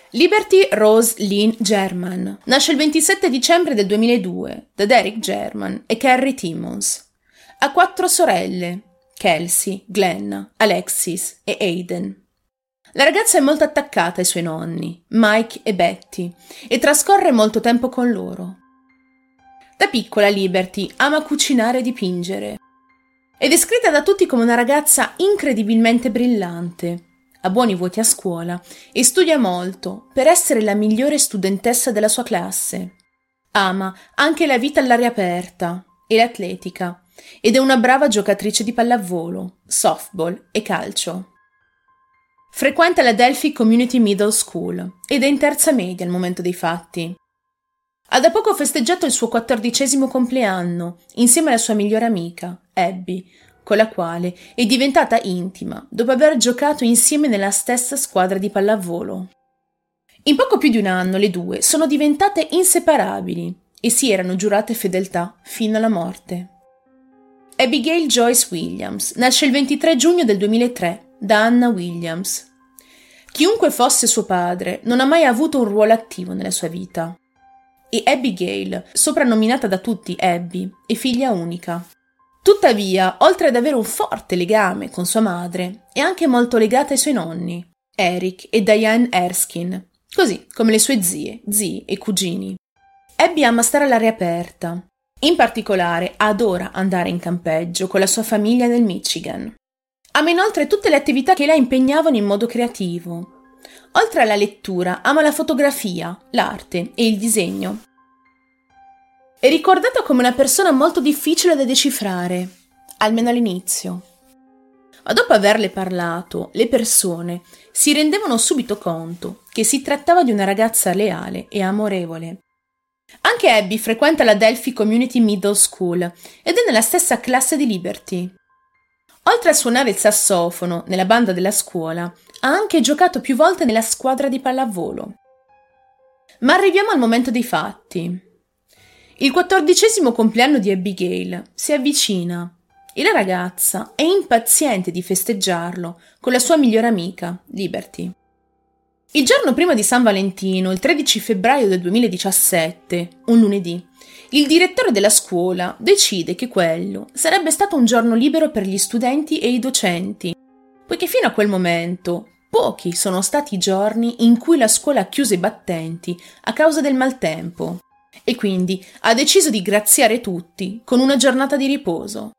Liberty Rose Lynn German nasce il 27 dicembre del 2002 da Derek German e Carrie Timmons. Ha 4 sorelle, Kelsey, Glenna, Alexis e Aiden. La ragazza è molto attaccata ai suoi nonni, Mike e Betty, e trascorre molto tempo con loro. Da piccola Liberty ama cucinare e dipingere. È descritta da tutti come una ragazza incredibilmente brillante. Ha buoni voti a scuola e studia molto per essere la migliore studentessa della sua classe. Ama anche la vita all'aria aperta e l'atletica ed è una brava giocatrice di pallavolo, softball e calcio. Frequenta la Delphi Community Middle School ed è in terza media al momento dei fatti. Ha da poco festeggiato il suo 14° compleanno insieme alla sua migliore amica, Abby, con la quale è diventata intima dopo aver giocato insieme nella stessa squadra di pallavolo. In poco più di un anno le due sono diventate inseparabili e si erano giurate fedeltà fino alla morte. Abigail Joyce Williams nasce il 23 giugno del 2003 da Anna Williams. Chiunque fosse suo padre non ha mai avuto un ruolo attivo nella sua vita. E Abigail, soprannominata da tutti Abby, è figlia unica. Tuttavia, oltre ad avere un forte legame con sua madre, è anche molto legata ai suoi nonni, Eric e Diane Erskine, così come le sue zie, zii e cugini. Abby ama stare all'aria aperta. In particolare, adora andare in campeggio con la sua famiglia nel Michigan. Ama inoltre tutte le attività che la impegnavano in modo creativo. Oltre alla lettura, ama la fotografia, l'arte e il disegno. È ricordata come una persona molto difficile da decifrare, almeno all'inizio. Ma dopo averle parlato, le persone si rendevano subito conto che si trattava di una ragazza leale e amorevole. Anche Abby frequenta la Delphi Community Middle School ed è nella stessa classe di Liberty. Oltre a suonare il sassofono nella banda della scuola, ha anche giocato più volte nella squadra di pallavolo. Ma arriviamo al momento dei fatti. Il 14° compleanno di Abigail si avvicina e la ragazza è impaziente di festeggiarlo con la sua migliore amica, Liberty. Il giorno prima di San Valentino, il 13 febbraio del 2017, un lunedì, il direttore della scuola decide che quello sarebbe stato un giorno libero per gli studenti e i docenti, poiché fino a quel momento pochi sono stati i giorni in cui la scuola chiuse i battenti a causa del maltempo. E quindi ha deciso di graziare tutti con una giornata di riposo.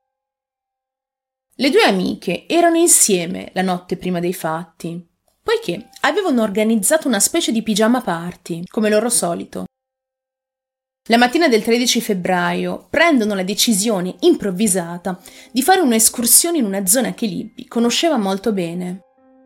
Le due amiche erano insieme la notte prima dei fatti, poiché avevano organizzato una specie di pigiama party, come loro solito. La mattina del 13 febbraio prendono la decisione improvvisata di fare un'escursione in una zona che Libby conosceva molto bene.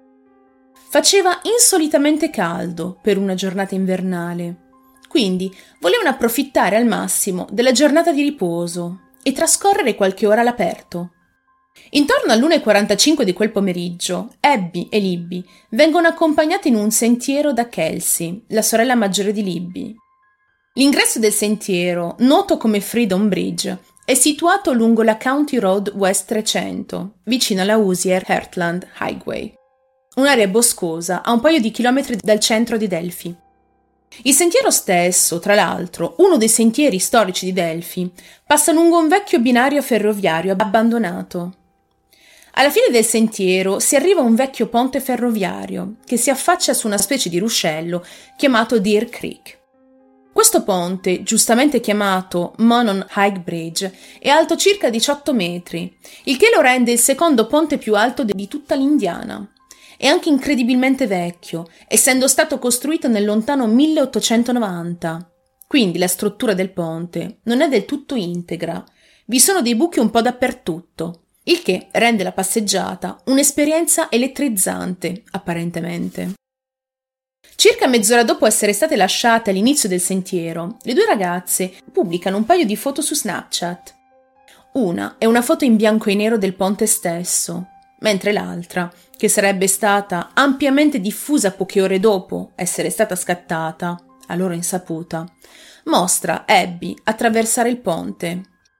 Faceva insolitamente caldo per una giornata invernale. Quindi volevano approfittare al massimo della giornata di riposo e trascorrere qualche ora all'aperto. Intorno all'1:45 di quel pomeriggio, Abby e Libby vengono accompagnate in un sentiero da Kelsey, la sorella maggiore di Libby. L'ingresso del sentiero, noto come Freedom Bridge, è situato lungo la County Road West 300, vicino alla Hoosier Heartland Highway, un'area boscosa a un paio di chilometri dal centro di Delphi. Il sentiero stesso, tra l'altro, uno dei sentieri storici di Delphi, passa lungo un vecchio binario ferroviario abbandonato. Alla fine del sentiero si arriva a un vecchio ponte ferroviario che si affaccia su una specie di ruscello chiamato Deer Creek. Questo ponte, giustamente chiamato Monon High Bridge, è alto circa 18 metri, il che lo rende il secondo ponte più alto di tutta l'Indiana. È anche incredibilmente vecchio, essendo stato costruito nel lontano 1890. Quindi la struttura del ponte non è del tutto integra. Vi sono dei buchi un po' dappertutto, il che rende la passeggiata un'esperienza elettrizzante, apparentemente. Circa mezz'ora dopo essere state lasciate all'inizio del sentiero, le due ragazze pubblicano un paio di foto su Snapchat. Una è una foto in bianco e nero del ponte stesso, mentre l'altra, che sarebbe stata ampiamente diffusa poche ore dopo essere stata scattata, a loro insaputa, mostra Abby attraversare il ponte.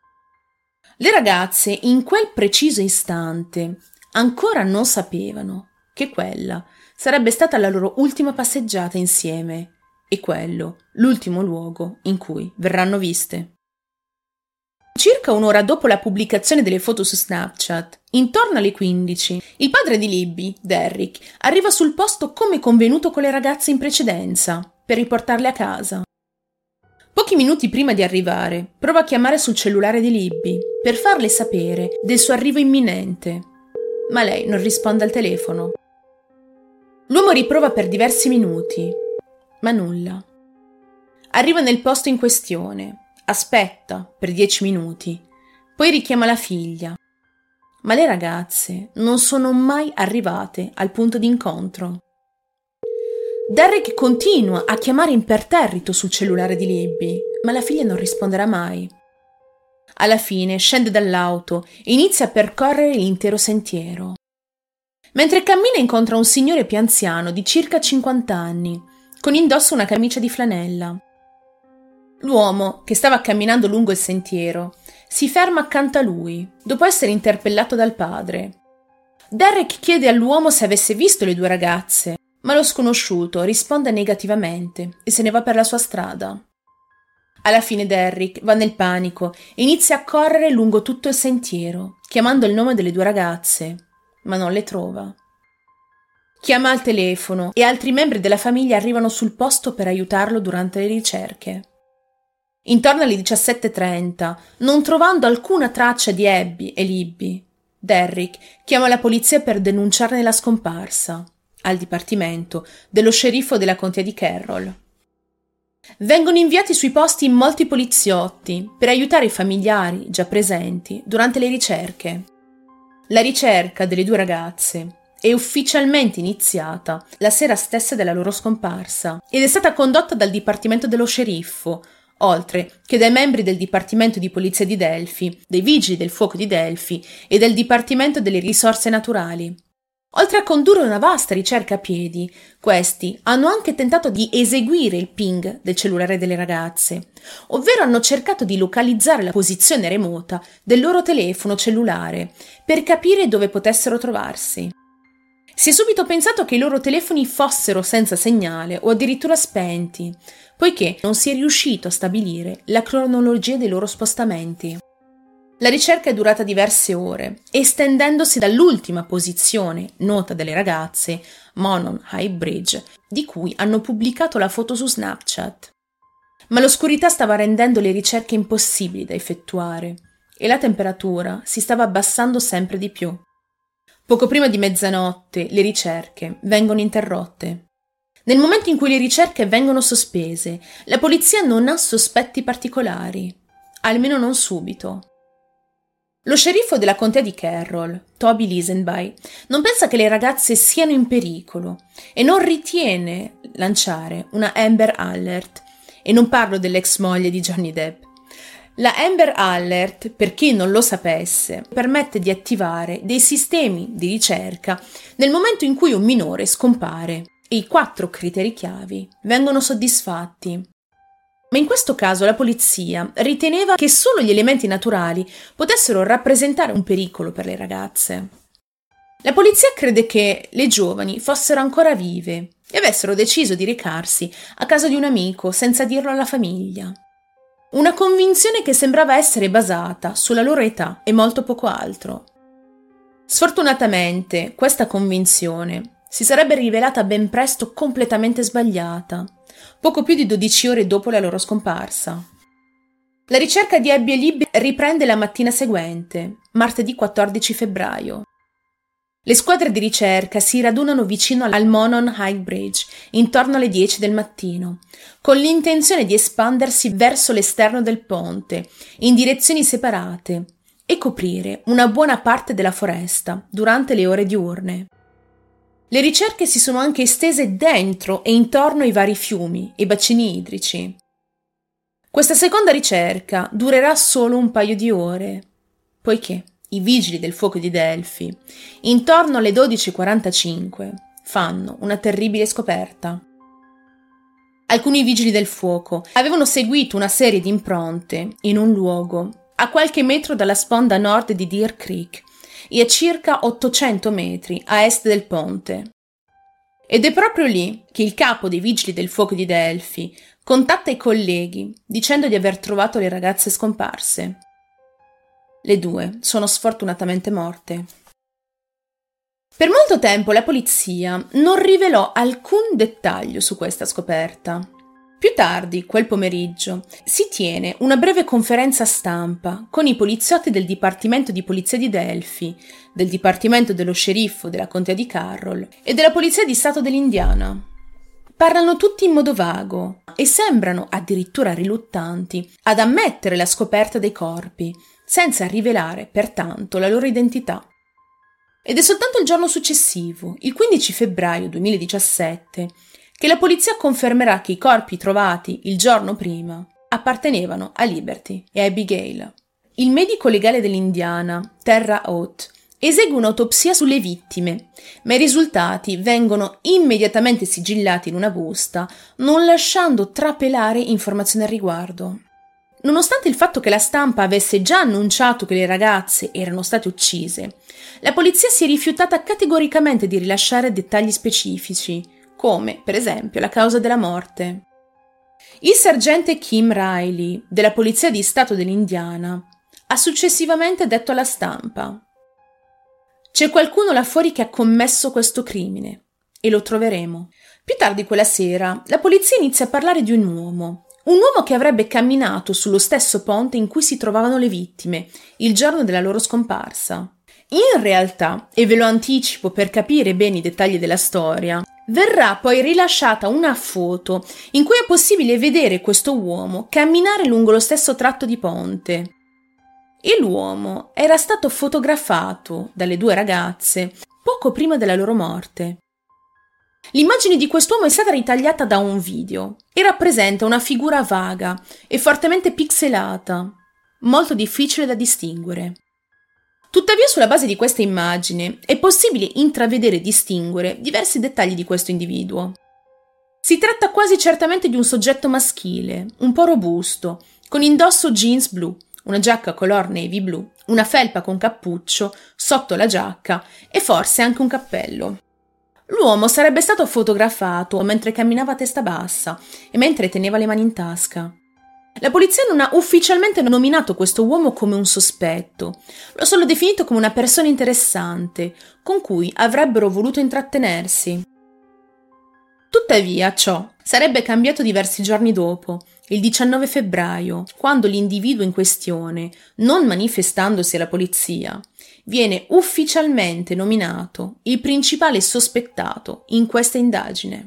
Le ragazze in quel preciso istante ancora non sapevano che quella sarebbe stata la loro ultima passeggiata insieme e quello l'ultimo luogo in cui verranno viste. Circa un'ora dopo la pubblicazione delle foto su Snapchat, intorno alle 15, il padre di Libby, Derrick, arriva sul posto come convenuto con le ragazze in precedenza, per riportarle a casa. Pochi minuti prima di arrivare, prova a chiamare sul cellulare di Libby per farle sapere del suo arrivo imminente, ma lei non risponde al telefono. L'uomo riprova per diversi minuti, ma nulla. Arriva nel posto in questione. Aspetta per 10 minuti, poi richiama la figlia. Ma le ragazze non sono mai arrivate al punto d'incontro. Derrick continua a chiamare imperterrito sul cellulare di Libby, ma la figlia non risponderà mai. Alla fine scende dall'auto e inizia a percorrere l'intero sentiero. Mentre cammina incontra un signore più anziano di circa 50 anni, con indosso una camicia di flanella. L'uomo, che stava camminando lungo il sentiero, si ferma accanto a lui, dopo essere interpellato dal padre. Derrick chiede all'uomo se avesse visto le due ragazze, ma lo sconosciuto risponde negativamente e se ne va per la sua strada. Alla fine Derrick va nel panico e inizia a correre lungo tutto il sentiero, chiamando il nome delle due ragazze, ma non le trova. Chiama al telefono e altri membri della famiglia arrivano sul posto per aiutarlo durante le ricerche. Intorno alle 17:30, non trovando alcuna traccia di Abby e Libby, Derrick chiama la polizia per denunciarne la scomparsa al dipartimento dello sceriffo della contea di Carroll. Vengono inviati sui posti molti poliziotti per aiutare i familiari già presenti durante le ricerche. La ricerca delle due ragazze è ufficialmente iniziata la sera stessa della loro scomparsa ed è stata condotta dal dipartimento dello sceriffo, oltre che dai membri del Dipartimento di Polizia di Delphi, dei Vigili del Fuoco di Delphi e del Dipartimento delle Risorse Naturali. Oltre a condurre una vasta ricerca a piedi, questi hanno anche tentato di eseguire il ping del cellulare delle ragazze, ovvero hanno cercato di localizzare la posizione remota del loro telefono cellulare per capire dove potessero trovarsi. Si è subito pensato che i loro telefoni fossero senza segnale o addirittura spenti, poiché non si è riuscito a stabilire la cronologia dei loro spostamenti. La ricerca è durata diverse ore, estendendosi dall'ultima posizione nota delle ragazze, Monon High Bridge, di cui hanno pubblicato la foto su Snapchat. Ma l'oscurità stava rendendo le ricerche impossibili da effettuare e la temperatura si stava abbassando sempre di più. Poco prima di mezzanotte le ricerche vengono interrotte. Nel momento in cui le ricerche vengono sospese, la polizia non ha sospetti particolari, almeno non subito. Lo sceriffo della contea di Carroll, Toby Lisenby, non pensa che le ragazze siano in pericolo e non ritiene lanciare una Amber Alert, e non parlo dell'ex moglie di Johnny Depp. La Amber Alert, per chi non lo sapesse, permette di attivare dei sistemi di ricerca nel momento in cui un minore scompare e i 4 criteri chiavi vengono soddisfatti. Ma in questo caso la polizia riteneva che solo gli elementi naturali potessero rappresentare un pericolo per le ragazze. La polizia crede che le giovani fossero ancora vive e avessero deciso di recarsi a casa di un amico senza dirlo alla famiglia. Una convinzione che sembrava essere basata sulla loro età e molto poco altro. Sfortunatamente, questa convinzione si sarebbe rivelata ben presto completamente sbagliata, poco più di 12 ore dopo la loro scomparsa. La ricerca di Abby e Libby riprende la mattina seguente, martedì 14 febbraio. Le squadre di ricerca si radunano vicino al Monon High Bridge intorno alle 10 del mattino, con l'intenzione di espandersi verso l'esterno del ponte, in direzioni separate, e coprire una buona parte della foresta durante le ore diurne. Le ricerche si sono anche estese dentro e intorno ai vari fiumi e bacini idrici. Questa seconda ricerca durerà solo un paio di ore, poiché i vigili del fuoco di Delphi, intorno alle 12:45, fanno una terribile scoperta. Alcuni vigili del fuoco avevano seguito una serie di impronte in un luogo a qualche metro dalla sponda nord di Deer Creek e a circa 800 metri a est del ponte. Ed è proprio lì che il capo dei Vigili del Fuoco di Delphi contatta i colleghi dicendo di aver trovato le ragazze scomparse. Le due sono sfortunatamente morte. Per molto tempo la polizia non rivelò alcun dettaglio su questa scoperta. Più tardi, quel pomeriggio, si tiene una breve conferenza stampa con i poliziotti del Dipartimento di Polizia di Delphi, del Dipartimento dello Sceriffo della Contea di Carroll e della Polizia di Stato dell'Indiana. Parlano tutti in modo vago e sembrano addirittura riluttanti ad ammettere la scoperta dei corpi, senza rivelare pertanto la loro identità. Ed è soltanto il giorno successivo, il 15 febbraio 2017, che la polizia confermerà che i corpi trovati il giorno prima appartenevano a Liberty e a Abigail. Il medico legale dell'Indiana, Terra Haute, esegue un'autopsia sulle vittime, ma i risultati vengono immediatamente sigillati in una busta, non lasciando trapelare informazioni al riguardo. Nonostante il fatto che la stampa avesse già annunciato che le ragazze erano state uccise, la polizia si è rifiutata categoricamente di rilasciare dettagli specifici, come, per esempio, la causa della morte. Il sergente Kim Riley, della Polizia di Stato dell'Indiana, ha successivamente detto alla stampa: «C'è qualcuno là fuori che ha commesso questo crimine, e lo troveremo». Più tardi quella sera, la polizia inizia a parlare di un uomo che avrebbe camminato sullo stesso ponte in cui si trovavano le vittime, il giorno della loro scomparsa. In realtà, e ve lo anticipo per capire bene i dettagli della storia, verrà poi rilasciata una foto in cui è possibile vedere questo uomo camminare lungo lo stesso tratto di ponte. E l'uomo era stato fotografato dalle due ragazze poco prima della loro morte. L'immagine di quest'uomo è stata ritagliata da un video e rappresenta una figura vaga e fortemente pixelata, molto difficile da distinguere. Tuttavia, sulla base di questa immagine è possibile intravedere e distinguere diversi dettagli di questo individuo. Si tratta quasi certamente di un soggetto maschile, un po' robusto, con indosso jeans blu, una giacca color navy blu, una felpa con cappuccio sotto la giacca e forse anche un cappello. L'uomo sarebbe stato fotografato mentre camminava a testa bassa e mentre teneva le mani in tasca. La polizia non ha ufficialmente nominato questo uomo come un sospetto, lo ha solo definito come una persona interessante, con cui avrebbero voluto intrattenersi. Tuttavia, ciò sarebbe cambiato diversi giorni dopo, il 19 febbraio, quando l'individuo in questione, non manifestandosi alla polizia, viene ufficialmente nominato il principale sospettato in questa indagine.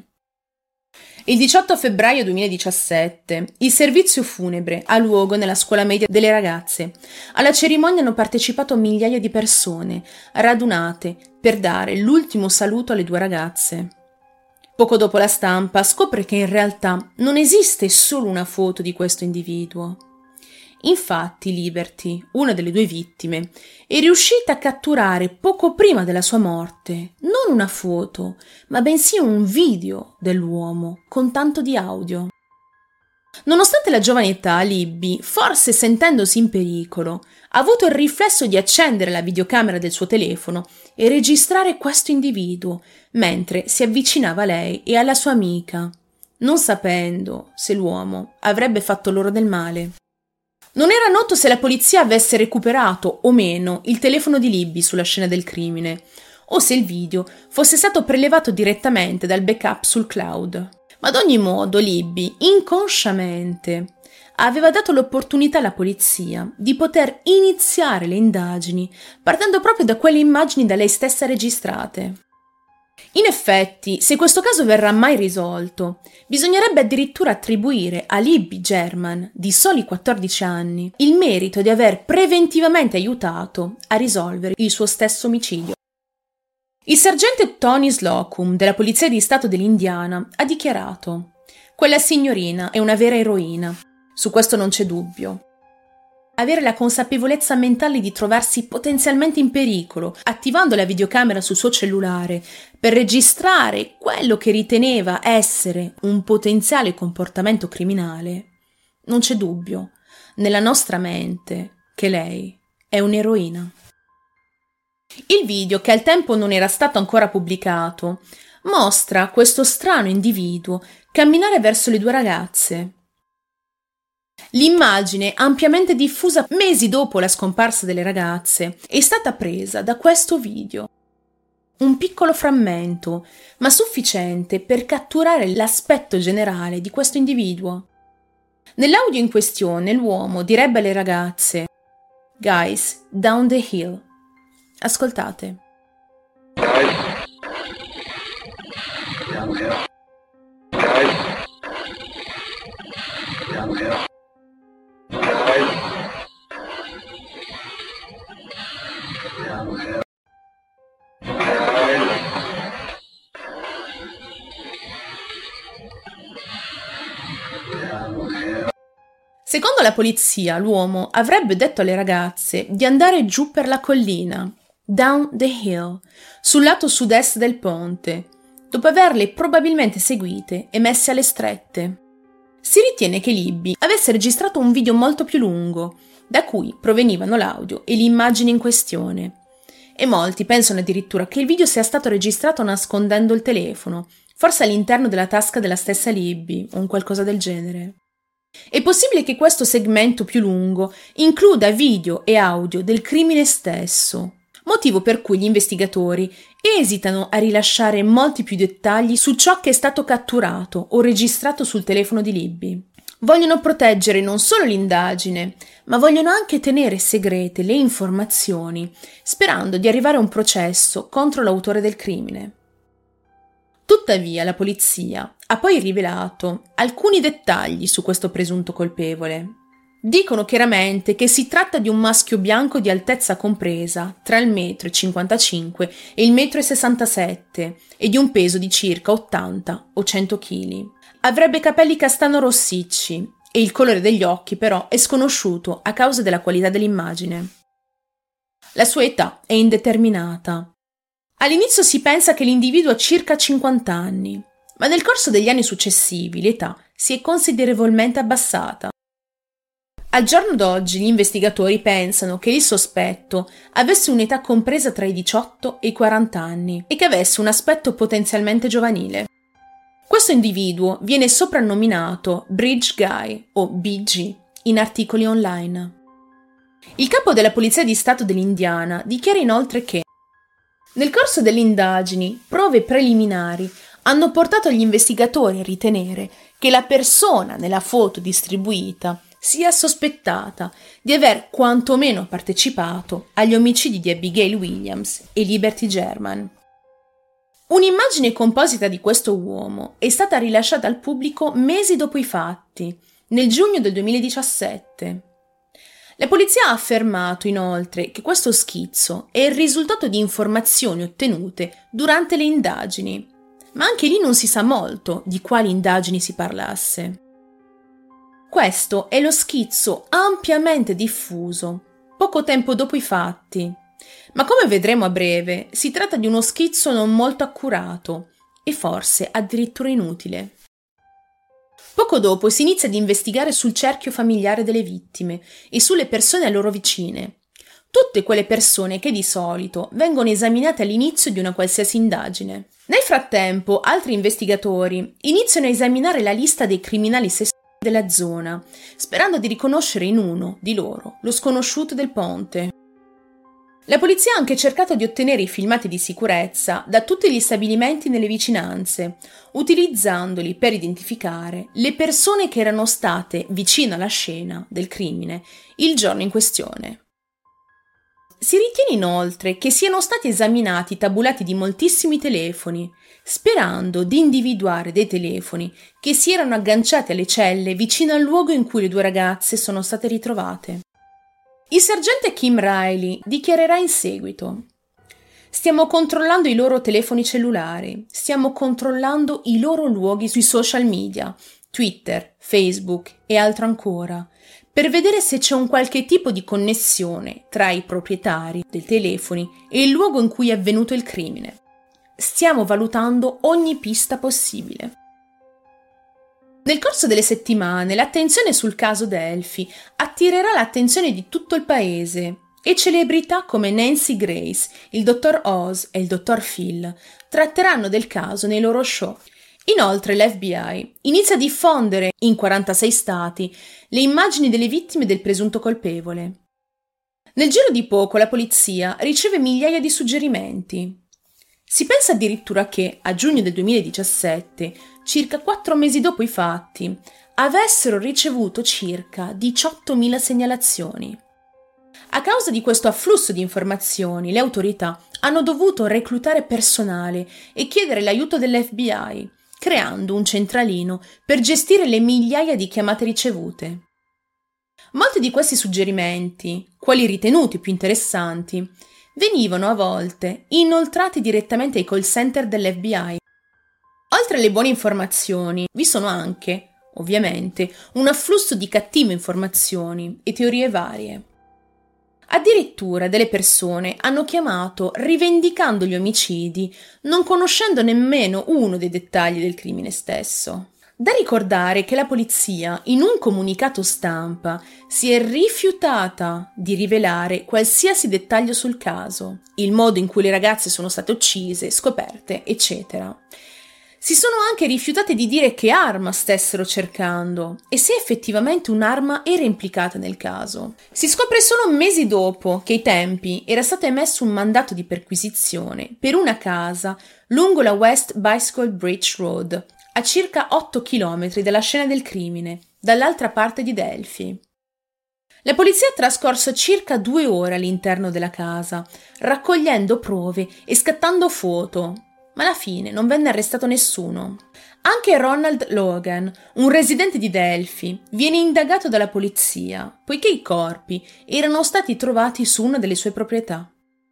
Il 18 febbraio 2017 il servizio funebre ha luogo nella scuola media delle ragazze. Alla cerimonia hanno partecipato migliaia di persone, radunate per dare l'ultimo saluto alle due ragazze. Poco dopo la stampa scopre che in realtà non esiste solo una foto di questo individuo. Infatti Liberty, una delle due vittime, è riuscita a catturare poco prima della sua morte non una foto, ma bensì un video dell'uomo con tanto di audio. Nonostante la giovane età, Libby, forse sentendosi in pericolo, ha avuto il riflesso di accendere la videocamera del suo telefono e registrare questo individuo mentre si avvicinava a lei e alla sua amica, non sapendo se l'uomo avrebbe fatto loro del male. Non era noto se la polizia avesse recuperato o meno il telefono di Libby sulla scena del crimine, o se il video fosse stato prelevato direttamente dal backup sul cloud. Ma ad ogni modo Libby, inconsciamente, aveva dato l'opportunità alla polizia di poter iniziare le indagini partendo proprio da quelle immagini da lei stessa registrate. In effetti, se questo caso verrà mai risolto, bisognerebbe addirittura attribuire a Libby German, di soli 14 anni, il merito di aver preventivamente aiutato a risolvere il suo stesso omicidio. Il sergente Tony Slocum della Polizia di Stato dell'Indiana ha dichiarato: «Quella signorina è una vera eroina, su questo non c'è dubbio». Avere la consapevolezza mentale di trovarsi potenzialmente in pericolo, attivando la videocamera sul suo cellulare per registrare quello che riteneva essere un potenziale comportamento criminale, non c'è dubbio, nella nostra mente, che lei è un'eroina. Il video, che al tempo non era stato ancora pubblicato, mostra questo strano individuo camminare verso le due ragazze. L'immagine, ampiamente diffusa mesi dopo la scomparsa delle ragazze, è stata presa da questo video. Un piccolo frammento, ma sufficiente per catturare l'aspetto generale di questo individuo. Nell'audio in questione l'uomo direbbe alle ragazze: "Guys, down the hill." Ascoltate. Guys, down the hill. Guys, down the hill. Guys, down the hill. Secondo la polizia, l'uomo avrebbe detto alle ragazze di andare giù per la collina, down the hill, sul lato sud-est del ponte, dopo averle probabilmente seguite e messe alle strette. Si ritiene che Libby avesse registrato un video molto più lungo, da cui provenivano l'audio e le immagini in questione. E molti pensano addirittura che il video sia stato registrato nascondendo il telefono, forse all'interno della tasca della stessa Libby o un qualcosa del genere. È possibile che questo segmento più lungo includa video e audio del crimine stesso, motivo per cui gli investigatori esitano a rilasciare molti più dettagli su ciò che è stato catturato o registrato sul telefono di Libby. Vogliono proteggere non solo l'indagine, ma vogliono anche tenere segrete le informazioni, sperando di arrivare a un processo contro l'autore del crimine. Tuttavia, la polizia ha poi rivelato alcuni dettagli su questo presunto colpevole. Dicono chiaramente che si tratta di un maschio bianco di altezza compresa tra il 1,55 m e il 1,67 m e di un peso di circa 80 o 100 kg. Avrebbe capelli castano rossicci e il colore degli occhi però è sconosciuto a causa della qualità dell'immagine. La sua età è indeterminata. All'inizio si pensa che l'individuo ha circa 50 anni, ma nel corso degli anni successivi l'età si è considerevolmente abbassata. Al giorno d'oggi gli investigatori pensano che il sospetto avesse un'età compresa tra i 18 e i 40 anni e che avesse un aspetto potenzialmente giovanile. Questo individuo viene soprannominato Bridge Guy o BG in articoli online. Il capo della Polizia di Stato dell'Indiana dichiara inoltre che nel corso delle indagini, prove preliminari hanno portato gli investigatori a ritenere che la persona nella foto distribuita sia sospettata di aver quantomeno partecipato agli omicidi di Abigail Williams e Liberty German. Un'immagine composita di questo uomo è stata rilasciata al pubblico mesi dopo i fatti, nel giugno del 2017. La polizia ha affermato inoltre che questo schizzo è il risultato di informazioni ottenute durante le indagini, ma anche lì non si sa molto di quali indagini si parlasse. Questo è lo schizzo ampiamente diffuso, poco tempo dopo i fatti, ma come vedremo a breve si tratta di uno schizzo non molto accurato e forse addirittura inutile. Poco dopo si inizia ad investigare sul cerchio familiare delle vittime e sulle persone a loro vicine, tutte quelle persone che di solito vengono esaminate all'inizio di una qualsiasi indagine. Nel frattempo, altri investigatori iniziano a esaminare la lista dei criminali sessuali della zona, sperando di riconoscere in uno di loro lo sconosciuto del ponte. La polizia ha anche cercato di ottenere i filmati di sicurezza da tutti gli stabilimenti nelle vicinanze, utilizzandoli per identificare le persone che erano state vicino alla scena del crimine il giorno in questione. Si ritiene inoltre che siano stati esaminati i tabulati di moltissimi telefoni, sperando di individuare dei telefoni che si erano agganciati alle celle vicino al luogo in cui le due ragazze sono state ritrovate. Il sergente Kim Riley dichiarerà in seguito: "Stiamo controllando i loro telefoni cellulari, stiamo controllando i loro luoghi sui social media, Twitter, Facebook e altro ancora, per vedere se c'è un qualche tipo di connessione tra i proprietari dei telefoni e il luogo in cui è avvenuto il crimine. Stiamo valutando ogni pista possibile." Nel corso delle settimane l'attenzione sul caso Delphi attirerà l'attenzione di tutto il paese e celebrità come Nancy Grace, il dottor Oz e il dottor Phil tratteranno del caso nei loro show. Inoltre l'FBI inizia a diffondere in 46 stati le immagini delle vittime del presunto colpevole. Nel giro di poco la polizia riceve migliaia di suggerimenti. Si pensa addirittura che, a giugno del 2017, circa 4 mesi dopo i fatti, avessero ricevuto circa 18.000 segnalazioni. A causa di questo afflusso di informazioni, le autorità hanno dovuto reclutare personale e chiedere l'aiuto dell'FBI, creando un centralino per gestire le migliaia di chiamate ricevute. Molti di questi suggerimenti, quelli ritenuti più interessanti, venivano a volte inoltrati direttamente ai call center dell'FBI. Oltre alle buone informazioni, vi sono anche, ovviamente, un afflusso di cattive informazioni e teorie varie. Addirittura delle persone hanno chiamato rivendicando gli omicidi, non conoscendo nemmeno uno dei dettagli del crimine stesso. Da ricordare che la polizia, in un comunicato stampa, si è rifiutata di rivelare qualsiasi dettaglio sul caso, il modo in cui le ragazze sono state uccise, scoperte, eccetera. Si sono anche rifiutate di dire che arma stessero cercando e se effettivamente un'arma era implicata nel caso. Si scopre solo mesi dopo che ai tempi era stato emesso un mandato di perquisizione per una casa lungo la West Bicycle Bridge Road, a circa 8 km dalla scena del crimine, dall'altra parte di Delphi. La polizia ha trascorso circa 2 ore all'interno della casa, raccogliendo prove e scattando foto, ma alla fine non venne arrestato nessuno. Anche Ronald Logan, un residente di Delphi, viene indagato dalla polizia, poiché i corpi erano stati trovati su una delle sue proprietà.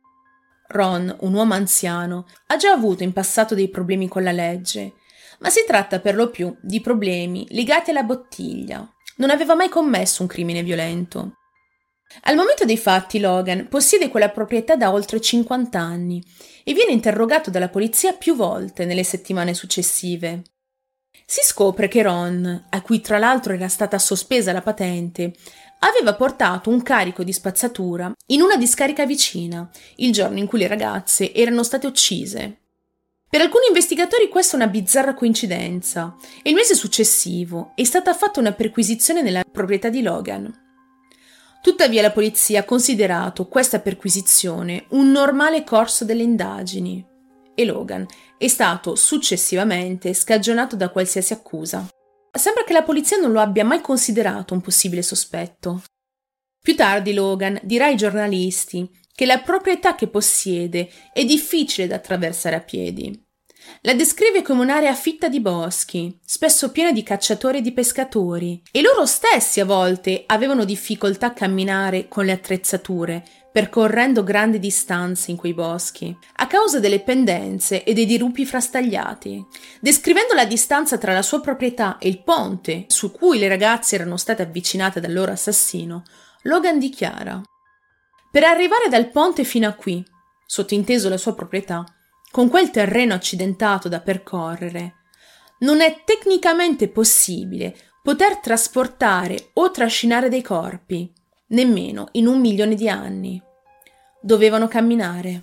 Ron, un uomo anziano, ha già avuto in passato dei problemi con la legge, ma si tratta per lo più di problemi legati alla bottiglia. Non aveva mai commesso un crimine violento. Al momento dei fatti Logan possiede quella proprietà da oltre 50 anni e viene interrogato dalla polizia più volte nelle settimane successive. Si scopre che Ron, a cui tra l'altro era stata sospesa la patente, aveva portato un carico di spazzatura in una discarica vicina, il giorno in cui le ragazze erano state uccise. Per alcuni investigatori questa è una bizzarra coincidenza e il mese successivo è stata fatta una perquisizione nella proprietà di Logan. Tuttavia la polizia ha considerato questa perquisizione un normale corso delle indagini e Logan è stato successivamente scagionato da qualsiasi accusa. Sembra che la polizia non lo abbia mai considerato un possibile sospetto. Più tardi Logan dirà ai giornalisti che la proprietà che possiede è difficile da attraversare a piedi. La descrive come un'area fitta di boschi, spesso piena di cacciatori e di pescatori, e loro stessi a volte avevano difficoltà a camminare con le attrezzature, percorrendo grandi distanze in quei boschi, a causa delle pendenze e dei dirupi frastagliati. Descrivendo la distanza tra la sua proprietà e il ponte su cui le ragazze erano state avvicinate dal loro assassino, Logan dichiara: «Per arrivare dal ponte fino a qui, sottinteso la sua proprietà, con quel terreno accidentato da percorrere, non è tecnicamente possibile poter trasportare o trascinare dei corpi, nemmeno in 1 milione di anni. Dovevano camminare».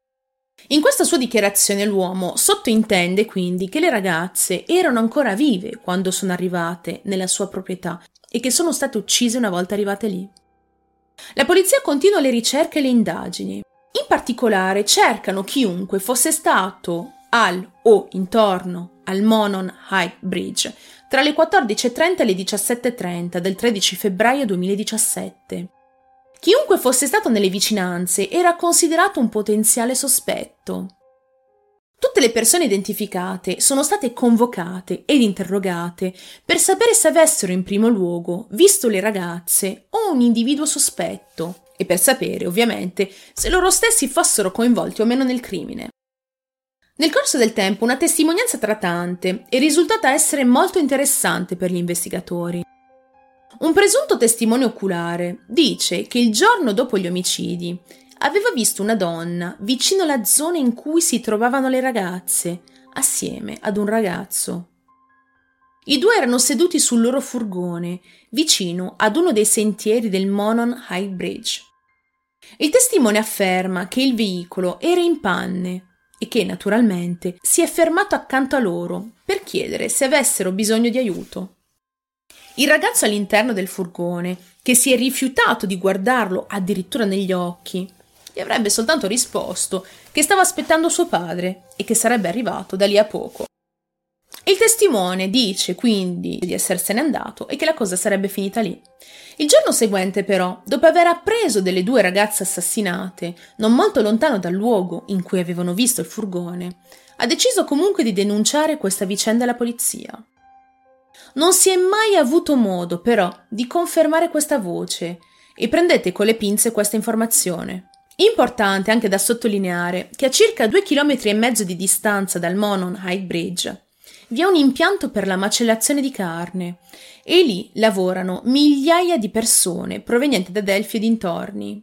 In questa sua dichiarazione l'uomo sottointende quindi che le ragazze erano ancora vive quando sono arrivate nella sua proprietà e che sono state uccise una volta arrivate lì. La polizia continua le ricerche e le indagini. In particolare cercano chiunque fosse stato al o intorno al Monon High Bridge tra le 14:30 e le 17:30 del 13 febbraio 2017. Chiunque fosse stato nelle vicinanze era considerato un potenziale sospetto. Tutte le persone identificate sono state convocate ed interrogate per sapere se avessero in primo luogo visto le ragazze o un individuo sospetto e per sapere, ovviamente, se loro stessi fossero coinvolti o meno nel crimine. Nel corso del tempo una testimonianza tratante è risultata essere molto interessante per gli investigatori. Un presunto testimone oculare dice che il giorno dopo gli omicidi aveva visto una donna vicino alla zona in cui si trovavano le ragazze, assieme ad un ragazzo. I due erano seduti sul loro furgone, vicino ad uno dei sentieri del Monon High Bridge. Il testimone afferma che il veicolo era in panne e che, naturalmente, si è fermato accanto a loro per chiedere se avessero bisogno di aiuto. Il ragazzo all'interno del furgone, che si è rifiutato di guardarlo addirittura negli occhi, gli avrebbe soltanto risposto che stava aspettando suo padre e che sarebbe arrivato da lì a poco. Il testimone dice quindi di essersene andato e che la cosa sarebbe finita lì. Il giorno seguente, però, dopo aver appreso delle 2 ragazze assassinate, non molto lontano dal luogo in cui avevano visto il furgone, ha deciso comunque di denunciare questa vicenda alla polizia. Non si è mai avuto modo, però, di confermare questa voce e prendete con le pinze questa informazione. Importante anche da sottolineare che a circa 2,5 km di distanza dal Monon High Bridge vi è un impianto per la macellazione di carne e lì lavorano migliaia di persone provenienti da Delphi e dintorni.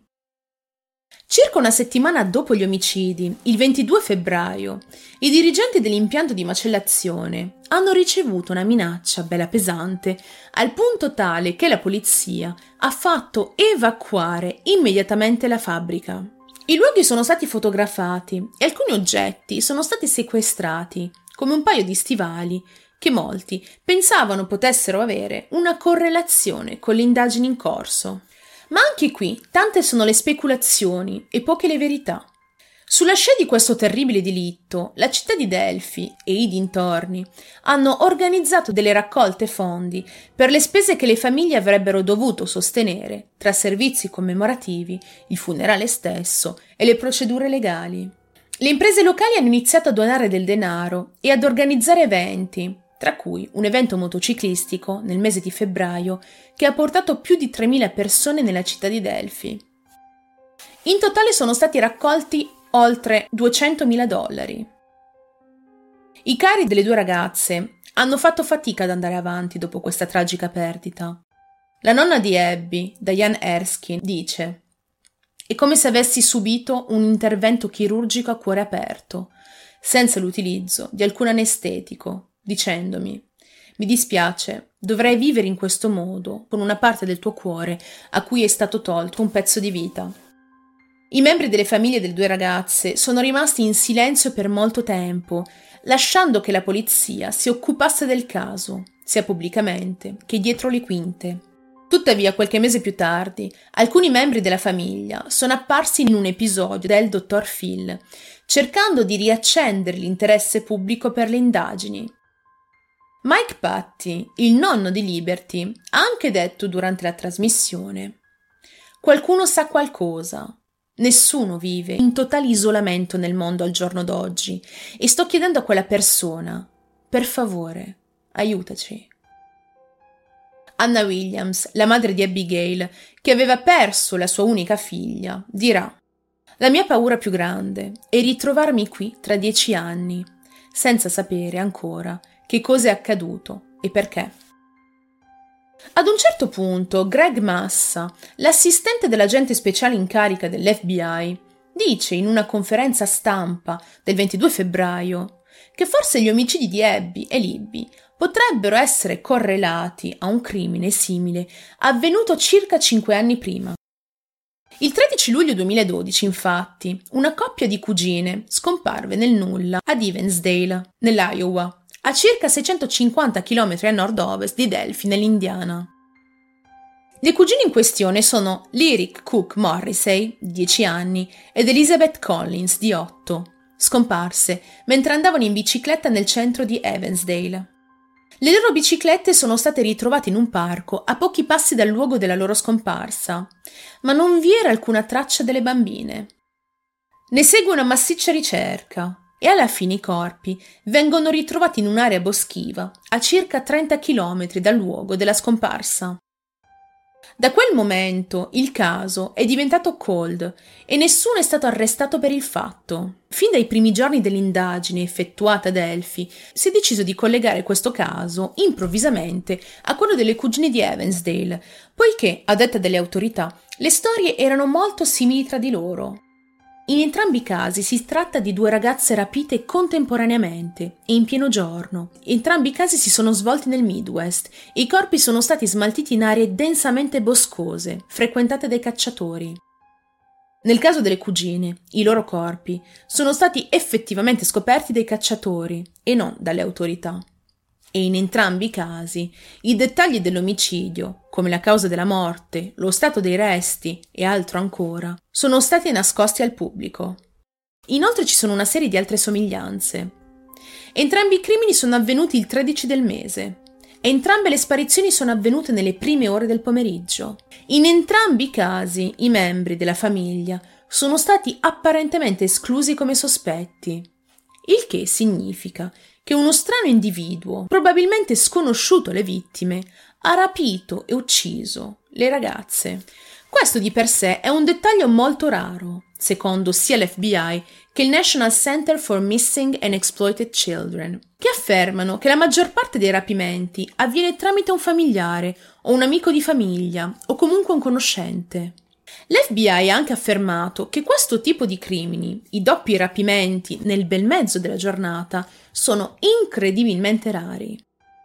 Circa una settimana dopo gli omicidi, il 22 febbraio, i dirigenti dell'impianto di macellazione hanno ricevuto una minaccia bella pesante, al punto tale che la polizia ha fatto evacuare immediatamente la fabbrica. I luoghi sono stati fotografati e alcuni oggetti sono stati sequestrati, come un paio di stivali che molti pensavano potessero avere una correlazione con le indagini in corso. Ma anche qui tante sono le speculazioni e poche le verità. Sulla scia di questo terribile delitto, la città di Delphi e i dintorni hanno organizzato delle raccolte fondi per le spese che le famiglie avrebbero dovuto sostenere tra servizi commemorativi, il funerale stesso e le procedure legali. Le imprese locali hanno iniziato a donare del denaro e ad organizzare eventi, tra cui un evento motociclistico nel mese di febbraio che ha portato più di 3.000 persone nella città di Delphi. In totale sono stati raccolti oltre $200.000. I cari delle 2 ragazze hanno fatto fatica ad andare avanti dopo questa tragica perdita. La nonna di Abby, Diane Erskine, dice: «È come se avessi subito un intervento chirurgico a cuore aperto, senza l'utilizzo di alcun anestetico, dicendomi: mi dispiace, dovrai vivere in questo modo, con una parte del tuo cuore a cui è stato tolto un pezzo di vita». I membri delle famiglie delle 2 ragazze sono rimasti in silenzio per molto tempo, lasciando che la polizia si occupasse del caso, sia pubblicamente che dietro le quinte. Tuttavia, qualche mese più tardi, alcuni membri della famiglia sono apparsi in un episodio del Dottor Phil, cercando di riaccendere l'interesse pubblico per le indagini. Mike Patti, il nonno di Liberty, ha anche detto durante la trasmissione: «Qualcuno sa qualcosa. Nessuno vive in totale isolamento nel mondo al giorno d'oggi e sto chiedendo a quella persona, per favore, aiutaci». Anna Williams, la madre di Abigail, che aveva perso la sua unica figlia, dirà: «La mia paura più grande è ritrovarmi qui tra 10 anni, senza sapere ancora che cosa è accaduto e perché». Ad un certo punto, Greg Massa, l'assistente dell'agente speciale in carica dell'FBI, dice in una conferenza stampa del 22 febbraio che forse gli omicidi di Abby e Libby potrebbero essere correlati a un crimine simile avvenuto circa 5 anni prima. Il 13 luglio 2012, infatti, una coppia di cugine scomparve nel nulla ad Evansdale, nell'Iowa, a circa 650 km a nord-ovest di Delphi, nell'Indiana. Le cugine in questione sono Lyric Cook Morrissey, 10 anni, ed Elizabeth Collins, di 8, scomparse mentre andavano in bicicletta nel centro di Evansdale. Le loro biciclette sono state ritrovate in un parco a pochi passi dal luogo della loro scomparsa, ma non vi era alcuna traccia delle bambine. Ne segue una massiccia ricerca e alla fine i corpi vengono ritrovati in un'area boschiva a circa 30 km dal luogo della scomparsa. Da quel momento il caso è diventato cold e nessuno è stato arrestato per il fatto. Fin dai primi giorni dell'indagine effettuata a Delphi si è deciso di collegare questo caso improvvisamente a quello delle cugine di Evansdale, poiché, a detta delle autorità, le storie erano molto simili tra di loro. In entrambi i casi si tratta di 2 ragazze rapite contemporaneamente e in pieno giorno. Entrambi i casi si sono svolti nel Midwest e i corpi sono stati smaltiti in aree densamente boscose, frequentate dai cacciatori. Nel caso delle cugine, i loro corpi sono stati effettivamente scoperti dai cacciatori e non dalle autorità. E in entrambi i casi i dettagli dell'omicidio, come la causa della morte, lo stato dei resti e altro ancora, sono stati nascosti al pubblico. Inoltre ci sono una serie di altre somiglianze. Entrambi i crimini sono avvenuti il 13 del mese. Entrambe le sparizioni sono avvenute nelle prime ore del pomeriggio. In entrambi i casi i membri della famiglia sono stati apparentemente esclusi come sospetti, il che significa che uno strano individuo, probabilmente sconosciuto alle vittime, ha rapito e ucciso le ragazze. Questo di per sé è un dettaglio molto raro, secondo sia l'FBI che il National Center for Missing and Exploited Children, che affermano che la maggior parte dei rapimenti avviene tramite un familiare o un amico di famiglia o comunque un conoscente. L'FBI ha anche affermato che questo tipo di crimini, i doppi rapimenti nel bel mezzo della giornata, sono incredibilmente rari.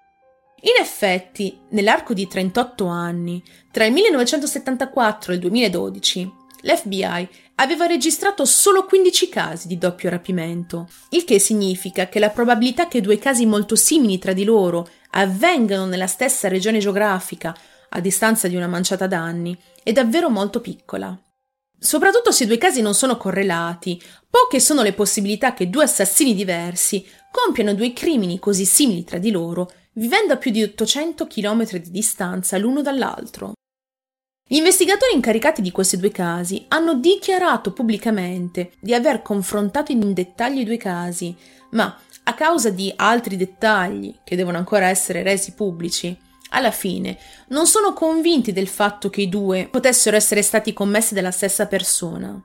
In effetti, nell'arco di 38 anni, tra il 1974 e il 2012, l'FBI aveva registrato solo 15 casi di doppio rapimento, il che significa che la probabilità che due casi molto simili tra di loro avvengano nella stessa regione geografica a distanza di una manciata d'anni è davvero molto piccola. Soprattutto se i due casi non sono correlati, poche sono le possibilità che due assassini diversi compiano due crimini così simili tra di loro, vivendo a più di 800 km di distanza l'uno dall'altro. Gli investigatori incaricati di questi due casi hanno dichiarato pubblicamente di aver confrontato in dettaglio i due casi, ma a causa di altri dettagli che devono ancora essere resi pubblici, alla fine non sono convinti del fatto che i due potessero essere stati commessi dalla stessa persona.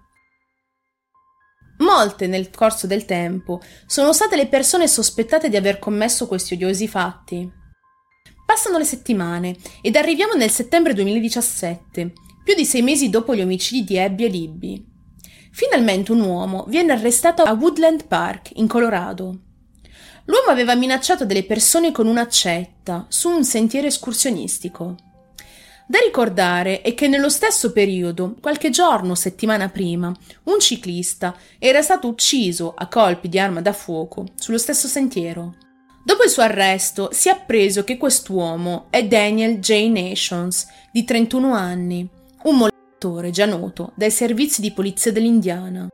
Molte nel corso del tempo sono state le persone sospettate di aver commesso questi odiosi fatti. Passano le settimane ed arriviamo nel settembre 2017, più di 6 mesi dopo gli omicidi di Abby e Libby. Finalmente un uomo viene arrestato a Woodland Park, in Colorado. L'uomo aveva minacciato delle persone con un'accetta su un sentiero escursionistico. Da ricordare è che nello stesso periodo, qualche giorno o settimana prima, un ciclista era stato ucciso a colpi di arma da fuoco sullo stesso sentiero. Dopo il suo arresto si è appreso che quest'uomo è Daniel J. Nations, di 31 anni, un molestatore già noto dai servizi di polizia dell'Indiana.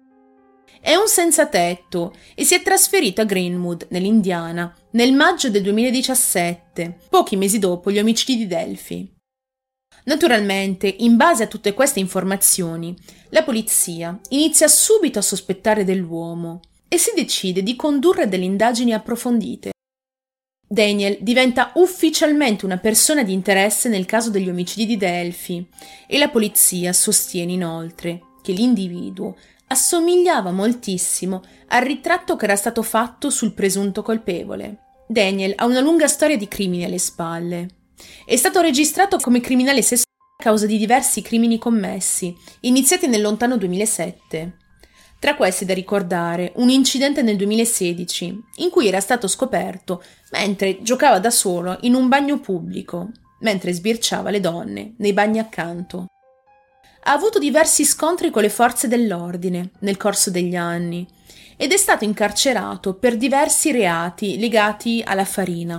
È un senzatetto e si è trasferito a Greenwood, nell'Indiana, nel maggio del 2017, pochi mesi dopo gli omicidi di Delphi. Naturalmente, in base a tutte queste informazioni, la polizia inizia subito a sospettare dell'uomo e si decide di condurre delle indagini approfondite. Daniel diventa ufficialmente una persona di interesse nel caso degli omicidi di Delphi e la polizia sostiene inoltre che l'individuo assomigliava moltissimo al ritratto che era stato fatto sul presunto colpevole. Daniel ha una lunga storia di crimini alle spalle. È stato registrato come criminale sessuale a causa di diversi crimini commessi, iniziati nel lontano 2007. Tra questi è da ricordare un incidente nel 2016, in cui era stato scoperto mentre giocava da solo in un bagno pubblico, mentre sbirciava le donne nei bagni accanto. Ha avuto diversi scontri con le forze dell'ordine nel corso degli anni ed è stato incarcerato per diversi reati legati alla farina.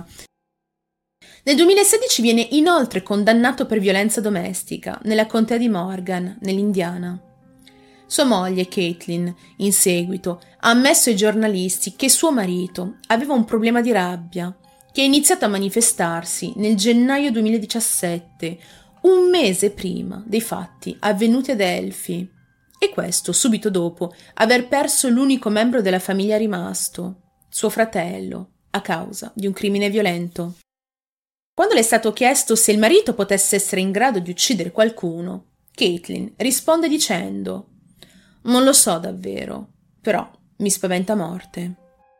Nel 2016 viene inoltre condannato per violenza domestica nella contea di Morgan, nell'Indiana. Sua moglie, Caitlin, in seguito, ha ammesso ai giornalisti che suo marito aveva un problema di rabbia, che è iniziato a manifestarsi nel gennaio 2017, un mese prima dei fatti avvenuti a Delphi, e questo subito dopo aver perso l'unico membro della famiglia rimasto, suo fratello, a causa di un crimine violento. Quando le è stato chiesto se il marito potesse essere in grado di uccidere qualcuno, Caitlin risponde dicendo: «Non lo so davvero, però mi spaventa a morte».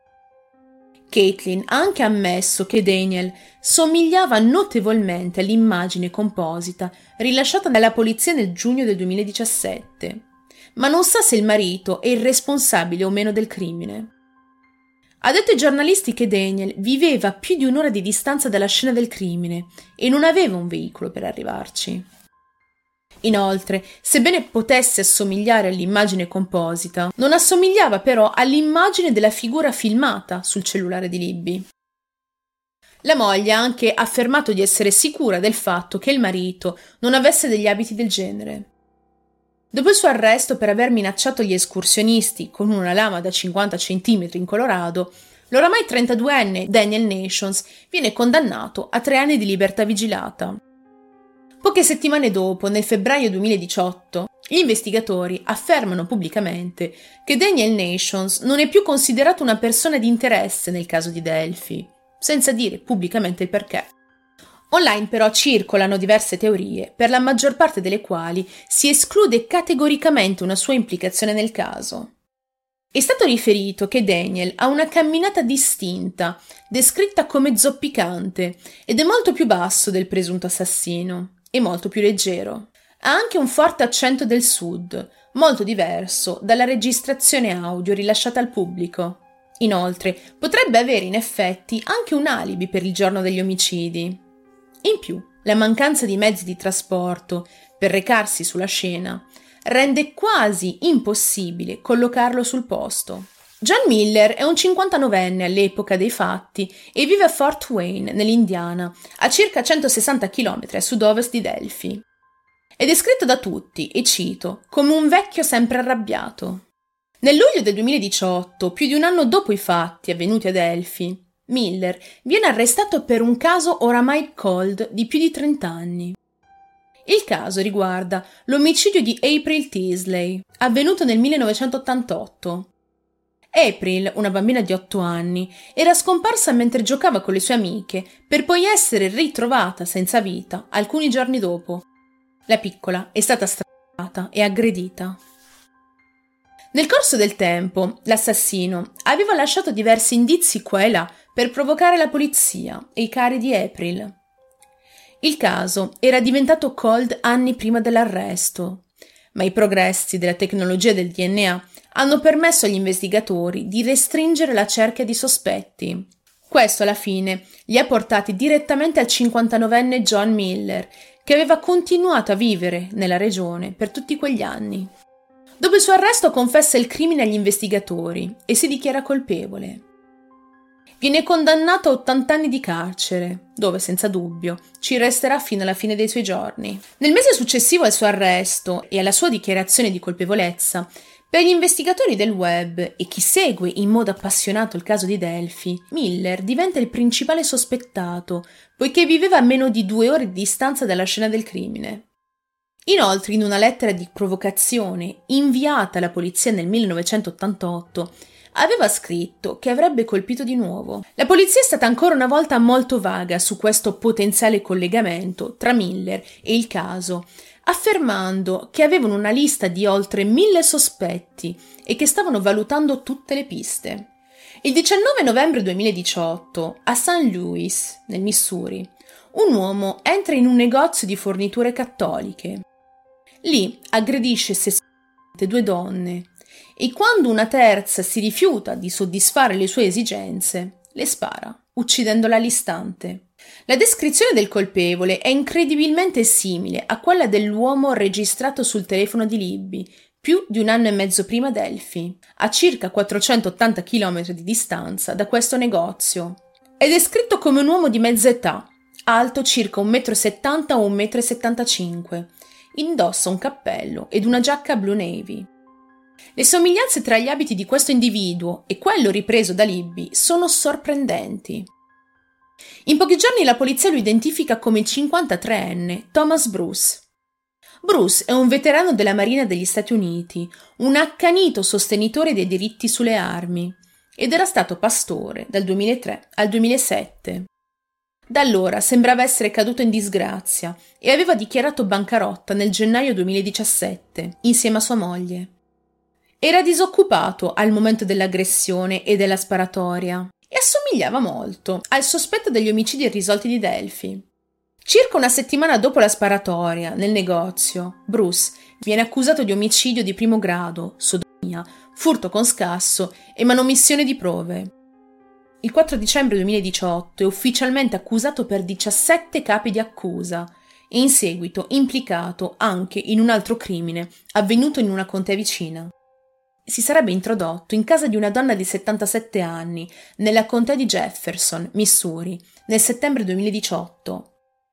Caitlin ha anche ammesso che Daniel somigliava notevolmente all'immagine composita rilasciata dalla polizia nel giugno del 2017, ma non sa se il marito è il responsabile o meno del crimine. Ha detto ai giornalisti che Daniel viveva a più di un'ora di distanza dalla scena del crimine e non aveva un veicolo per arrivarci. Inoltre, sebbene potesse assomigliare all'immagine composita, non assomigliava però all'immagine della figura filmata sul cellulare di Libby. La moglie ha anche affermato di essere sicura del fatto che il marito non avesse degli abiti del genere. Dopo il suo arresto per aver minacciato gli escursionisti con una lama da 50 cm in Colorado, l'oramai 32enne Daniel Nations viene condannato a 3 anni di libertà vigilata. Poche settimane dopo, nel febbraio 2018, gli investigatori affermano pubblicamente che Daniel Nations non è più considerato una persona di interesse nel caso di Delphi, senza dire pubblicamente il perché. Online però circolano diverse teorie, per la maggior parte delle quali si esclude categoricamente una sua implicazione nel caso. È stato riferito che Daniel ha una camminata distinta, descritta come zoppicante, ed è molto più basso del presunto assassino, e molto più leggero. Ha anche un forte accento del sud, molto diverso dalla registrazione audio rilasciata al pubblico. Inoltre, potrebbe avere in effetti anche un alibi per il giorno degli omicidi. In più, la mancanza di mezzi di trasporto per recarsi sulla scena rende quasi impossibile collocarlo sul posto. John Miller è un 59enne all'epoca dei fatti e vive a Fort Wayne, nell'Indiana, a circa 160 km a sud-ovest di Delphi. È descritto da tutti, e cito, come un vecchio sempre arrabbiato. Nel luglio del 2018, più di un anno dopo i fatti avvenuti a Delphi, Miller viene arrestato per un caso oramai cold di più di 30 anni. Il caso riguarda l'omicidio di April Teasley, avvenuto nel 1988. April, una bambina di 8 anni, era scomparsa mentre giocava con le sue amiche, per poi essere ritrovata senza vita alcuni giorni dopo. La piccola è stata strangolata e aggredita. Nel corso del tempo, l'assassino aveva lasciato diversi indizi qua e là per provocare la polizia e i cari di April. Il caso era diventato cold anni prima dell'arresto, ma i progressi della tecnologia del DNA hanno permesso agli investigatori di restringere la cerchia di sospetti. Questo alla fine li ha portati direttamente al 59enne John Miller, che aveva continuato a vivere nella regione per tutti quegli anni. Dopo il suo arresto confessa il crimine agli investigatori e si dichiara colpevole. Viene condannato a 80 anni di carcere, dove senza dubbio ci resterà fino alla fine dei suoi giorni. Nel mese successivo al suo arresto e alla sua dichiarazione di colpevolezza, per gli investigatori del web e chi segue in modo appassionato il caso di Delphi, Miller diventa il principale sospettato, poiché viveva a meno di 2 ore di distanza dalla scena del crimine. Inoltre, in una lettera di provocazione inviata alla polizia nel 1988, aveva scritto che avrebbe colpito di nuovo. La polizia è stata ancora una volta molto vaga su questo potenziale collegamento tra Miller e il caso, affermando che avevano una lista di oltre 1000 sospetti e che stavano valutando tutte le piste. Il 19 novembre 2018, a St. Louis, nel Missouri, un uomo entra in un negozio di forniture cattoliche. Lì aggredisce sessualmente 2 donne e quando una terza si rifiuta di soddisfare le sue esigenze, le spara, uccidendola all'istante. La descrizione del colpevole è incredibilmente simile a quella dell'uomo registrato sul telefono di Libby più di 1 anno e mezzo prima a Delphi, a circa 480 km di distanza da questo negozio. È descritto come un uomo di mezza età, alto circa 1,70 m o 1,75 m, indossa un cappello ed una giacca blu navy. Le somiglianze tra gli abiti di questo individuo e quello ripreso da Libby sono sorprendenti. In pochi giorni la polizia lo identifica come il 53enne Thomas Bruce. Bruce è un veterano della Marina degli Stati Uniti, un accanito sostenitore dei diritti sulle armi, ed era stato pastore dal 2003 al 2007. Da allora sembrava essere caduto in disgrazia e aveva dichiarato bancarotta nel gennaio 2017, insieme a sua moglie. Era disoccupato al momento dell'aggressione e della sparatoria e assomigliava molto al sospetto degli omicidi irrisolti di Delphi. Circa una settimana dopo la sparatoria nel negozio, Bruce viene accusato di omicidio di primo grado, sodomia, furto con scasso e manomissione di prove. Il 4 dicembre 2018 è ufficialmente accusato per 17 capi di accusa e in seguito implicato anche in un altro crimine avvenuto in una contea vicina. Si sarebbe introdotto in casa di una donna di 77 anni nella contea di Jefferson, Missouri, nel settembre 2018.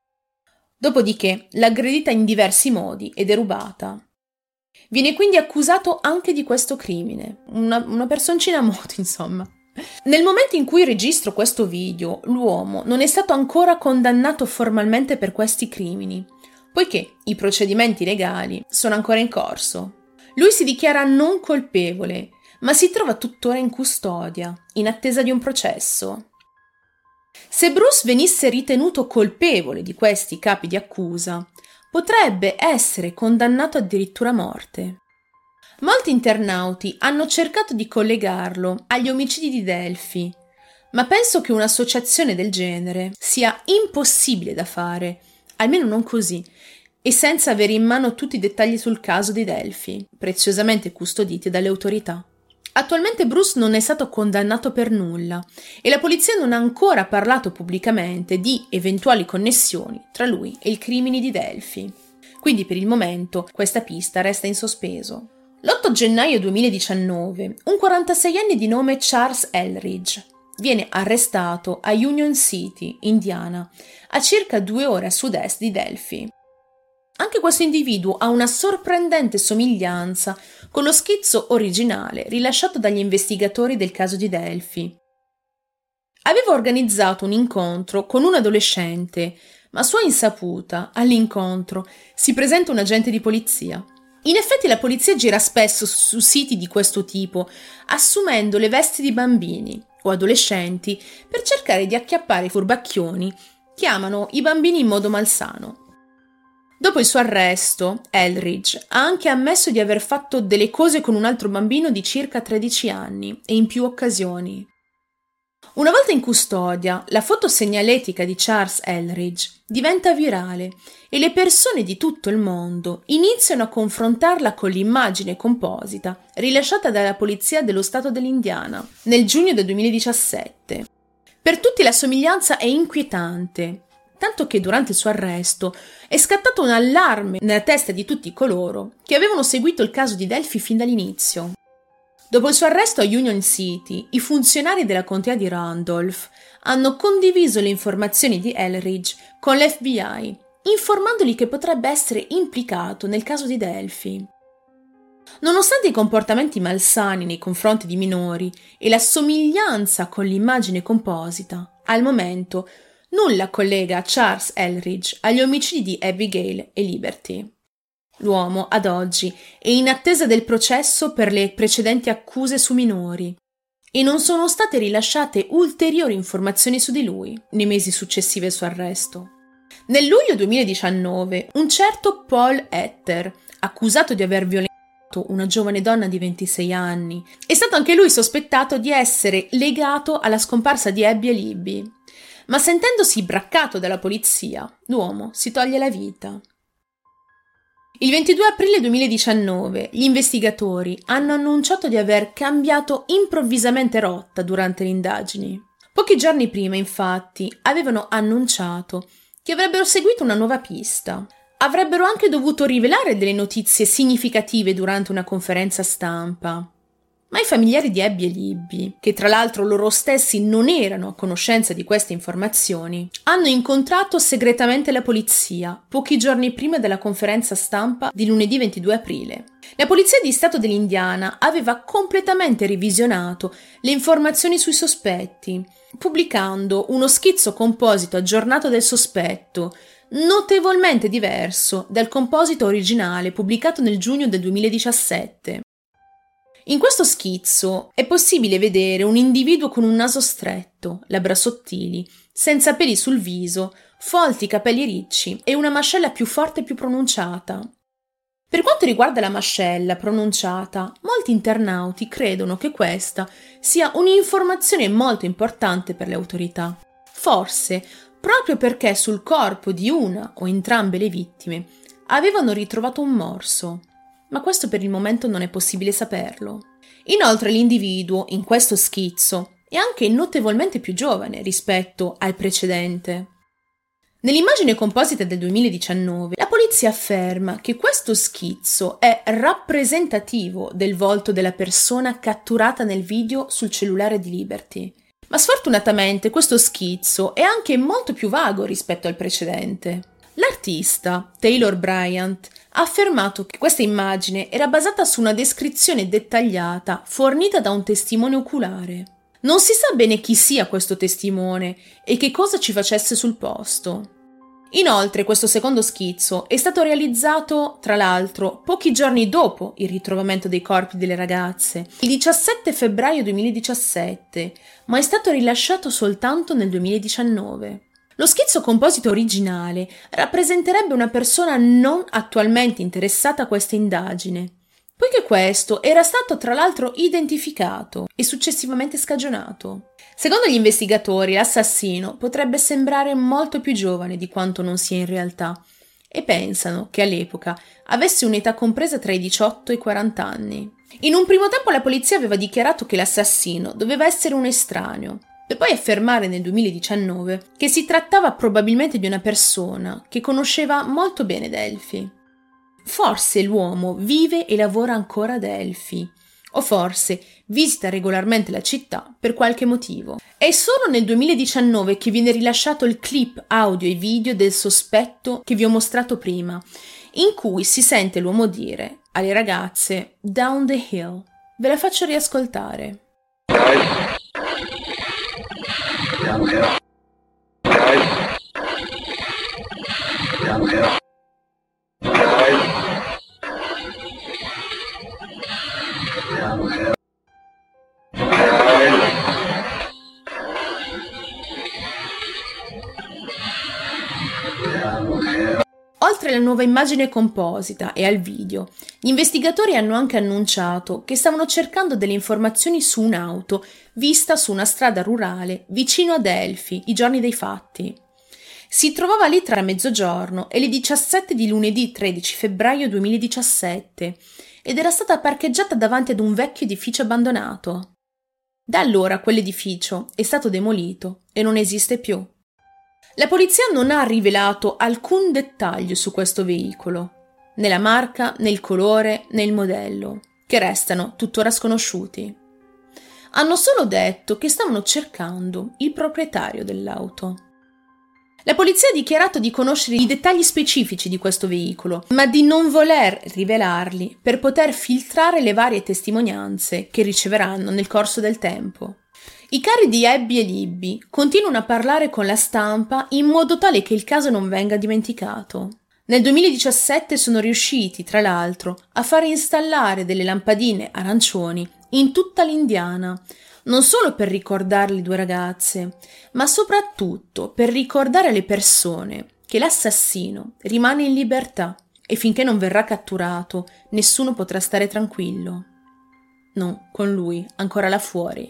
Dopodiché l'ha aggredita in diversi modi e derubata. Viene quindi accusato anche di questo crimine, una personcina a modo, insomma. Nel momento in cui registro questo video, l'uomo non è stato ancora condannato formalmente per questi crimini, poiché i procedimenti legali sono ancora in corso. Lui si dichiara non colpevole, ma si trova tuttora in custodia, in attesa di un processo. Se Bruce venisse ritenuto colpevole di questi capi di accusa, potrebbe essere condannato addirittura a morte. Molti internauti hanno cercato di collegarlo agli omicidi di Delphi, ma penso che un'associazione del genere sia impossibile da fare, almeno non così, e senza avere in mano tutti i dettagli sul caso di Delphi, preziosamente custoditi dalle autorità. Attualmente Bruce non è stato condannato per nulla e la polizia non ha ancora parlato pubblicamente di eventuali connessioni tra lui e i crimini di Delphi. Quindi per il momento questa pista resta in sospeso. L'8 gennaio 2019 un 46enne di nome Charles Eldridge viene arrestato a Union City, Indiana, a circa 2 ore a sud-est di Delphi. Anche questo individuo ha una sorprendente somiglianza con lo schizzo originale rilasciato dagli investigatori del caso di Delphi. Aveva organizzato un incontro con un adolescente, ma a sua insaputa, all'incontro, si presenta un agente di polizia. In effetti la polizia gira spesso su siti di questo tipo, assumendo le vesti di bambini o adolescenti per cercare di acchiappare i furbacchioni che amano i bambini in modo malsano. Dopo il suo arresto, Eldridge ha anche ammesso di aver fatto delle cose con un altro bambino di circa 13 anni e in più occasioni. Una volta in custodia, la foto segnaletica di Charles Eldridge diventa virale e le persone di tutto il mondo iniziano a confrontarla con l'immagine composita rilasciata dalla polizia dello stato dell'Indiana nel giugno del 2017. Per tutti la somiglianza è inquietante, tanto che durante il suo arresto è scattato un allarme nella testa di tutti coloro che avevano seguito il caso di Delphi fin dall'inizio. Dopo il suo arresto a Union City, i funzionari della contea di Randolph hanno condiviso le informazioni di Eldridge con l'FBI, informandogli che potrebbe essere implicato nel caso di Delphi. Nonostante i comportamenti malsani nei confronti di minori e la somiglianza con l'immagine composita, al momento nulla collega Charles Eldridge agli omicidi di Abigail e Liberty. L'uomo, ad oggi, è in attesa del processo per le precedenti accuse su minori e non sono state rilasciate ulteriori informazioni su di lui nei mesi successivi al suo arresto. Nel luglio 2019, un certo Paul Etter, accusato di aver violentato una giovane donna di 26 anni, è stato anche lui sospettato di essere legato alla scomparsa di Abby e Libby, ma sentendosi braccato dalla polizia, l'uomo si toglie la vita. Il 22 aprile 2019 gli investigatori hanno annunciato di aver cambiato improvvisamente rotta durante le indagini. Pochi giorni prima, infatti, avevano annunciato che avrebbero seguito una nuova pista. Avrebbero anche dovuto rivelare delle notizie significative durante una conferenza stampa. Ma i familiari di Abby e Libby, che tra l'altro loro stessi non erano a conoscenza di queste informazioni, hanno incontrato segretamente la polizia pochi giorni prima della conferenza stampa di lunedì 22 aprile. La polizia di Stato dell'Indiana aveva completamente revisionato le informazioni sui sospetti, pubblicando uno schizzo composito aggiornato del sospetto, notevolmente diverso dal composito originale pubblicato nel giugno del 2017. In questo schizzo è possibile vedere un individuo con un naso stretto, labbra sottili, senza peli sul viso, folti capelli ricci e una mascella più forte e più pronunciata. Per quanto riguarda la mascella pronunciata, molti internauti credono che questa sia un'informazione molto importante per le autorità. Forse proprio perché sul corpo di una o entrambe le vittime avevano ritrovato un morso. Ma questo per il momento non è possibile saperlo. Inoltre l'individuo in questo schizzo è anche notevolmente più giovane rispetto al precedente. Nell'immagine composita del 2019, la polizia afferma che questo schizzo è rappresentativo del volto della persona catturata nel video sul cellulare di Liberty. Ma sfortunatamente questo schizzo è anche molto più vago rispetto al precedente. L'artista, Taylor Bryant, ha affermato che questa immagine era basata su una descrizione dettagliata fornita da un testimone oculare. Non si sa bene chi sia questo testimone e che cosa ci facesse sul posto. Inoltre, questo secondo schizzo è stato realizzato, tra l'altro, pochi giorni dopo il ritrovamento dei corpi delle ragazze, il 17 febbraio 2017, ma è stato rilasciato soltanto nel 2019. Lo schizzo composito originale rappresenterebbe una persona non attualmente interessata a questa indagine, poiché questo era stato tra l'altro identificato e successivamente scagionato. Secondo gli investigatori, l'assassino potrebbe sembrare molto più giovane di quanto non sia in realtà e pensano che all'epoca avesse un'età compresa tra i 18 e i 40 anni. In un primo tempo la polizia aveva dichiarato che l'assassino doveva essere un estraneo, per poi affermare nel 2019 che si trattava probabilmente di una persona che conosceva molto bene Delphi. Forse l'uomo vive e lavora ancora ad Delphi, o forse visita regolarmente la città per qualche motivo. È solo nel 2019 che viene rilasciato il clip audio e video del sospetto che vi ho mostrato prima, in cui si sente l'uomo dire alle ragazze "Down the hill". Ve la faccio riascoltare. Guys. Downhill. Guys. Downhill. Guys. Downhill. Guys. Downhill. Oltre alla nuova immagine composita e al video, gli investigatori hanno anche annunciato che stavano cercando delle informazioni su un'auto vista su una strada rurale vicino a Delphi i giorni dei fatti. Si trovava lì tra mezzogiorno e le 17 di lunedì 13 febbraio 2017 ed era stata parcheggiata davanti ad un vecchio edificio abbandonato. Da allora quell'edificio è stato demolito e non esiste più. La polizia non ha rivelato alcun dettaglio su questo veicolo, né la marca, né il colore, né il modello, che restano tuttora sconosciuti. Hanno solo detto che stavano cercando il proprietario dell'auto. La polizia ha dichiarato di conoscere i dettagli specifici di questo veicolo, ma di non voler rivelarli per poter filtrare le varie testimonianze che riceveranno nel corso del tempo. I cari di Abby e Libby continuano a parlare con la stampa in modo tale che il caso non venga dimenticato. Nel 2017 sono riusciti, tra l'altro, a far installare delle lampadine arancioni in tutta l'Indiana, non solo per ricordare le due ragazze, ma soprattutto per ricordare alle persone che l'assassino rimane in libertà e finché non verrà catturato nessuno potrà stare tranquillo. No, con lui ancora là fuori.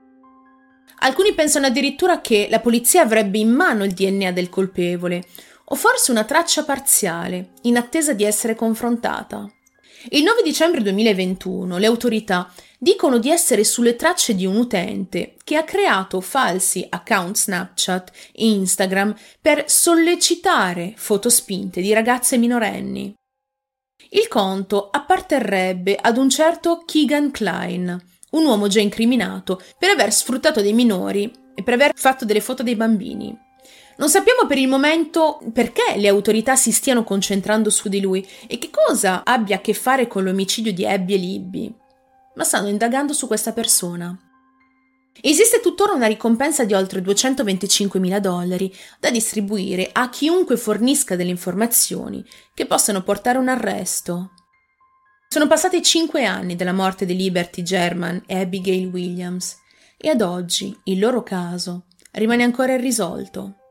Alcuni pensano addirittura che la polizia avrebbe in mano il DNA del colpevole, o forse una traccia parziale, in attesa di essere confrontata. Il 9 dicembre 2021 le autorità dicono di essere sulle tracce di un utente che ha creato falsi account Snapchat e Instagram per sollecitare foto spinte di ragazze minorenni. Il conto apparterrebbe ad un certo Keegan Klein, un uomo già incriminato per aver sfruttato dei minori e per aver fatto delle foto dei bambini. Non sappiamo per il momento perché le autorità si stiano concentrando su di lui e che cosa abbia a che fare con l'omicidio di Abby e Libby, ma stanno indagando su questa persona. Esiste tuttora una ricompensa di oltre $225.000 da distribuire a chiunque fornisca delle informazioni che possano portare a un arresto. Sono passati 5 anni dalla morte di Liberty German e Abigail Williams e ad oggi il loro caso rimane ancora irrisolto.